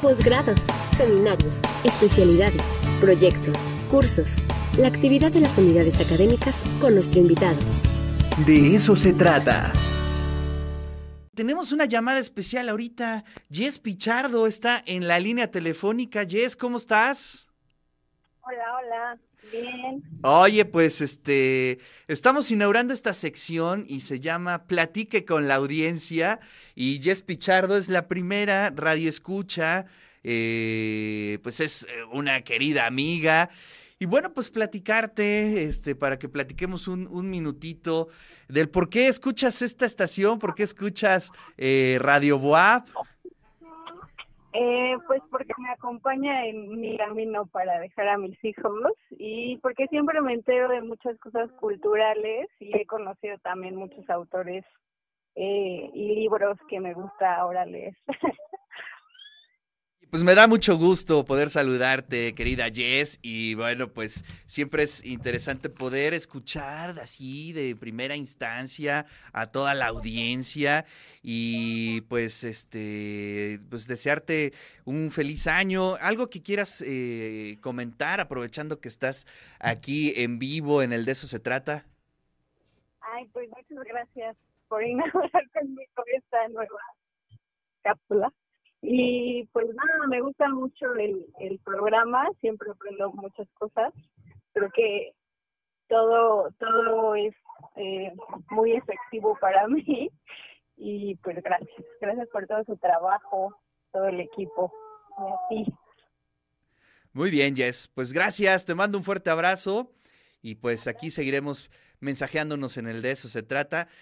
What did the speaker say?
Posgrados, seminarios, especialidades, proyectos, cursos, la actividad de las unidades académicas con nuestro invitado. De eso se trata. Tenemos una llamada especial ahorita. Jess Pichardo está en la línea telefónica. Jess, ¿cómo estás? Hola, bien. Oye, pues estamos inaugurando esta sección y se llama Platique con la audiencia, y Jess Pichardo es la primera radioescucha, pues es una querida amiga. Y bueno, pues platicarte, para que platiquemos un minutito del por qué escuchas esta estación, por qué escuchas Radio Boab. Pues porque me acompaña en mi camino para dejar a mis hijos y porque siempre me entero de muchas cosas culturales y he conocido también muchos autores y libros que me gusta ahora leer. Pues me da mucho gusto poder saludarte, querida Jess, y bueno, pues siempre es interesante poder escuchar así de primera instancia a toda la audiencia y pues pues desearte un feliz año. Algo que quieras comentar aprovechando que estás aquí en vivo en el De Eso Se Trata. Ay, pues muchas gracias por inaugurar conmigo esta nueva cápsula. Y pues nada, me gusta mucho el programa, siempre aprendo muchas cosas. Creo que todo es muy efectivo para mí y pues gracias por todo su trabajo, todo el equipo y a ti. Muy bien, Jess, pues gracias, te mando un fuerte abrazo y pues aquí seguiremos mensajeándonos en el De Eso Se Trata.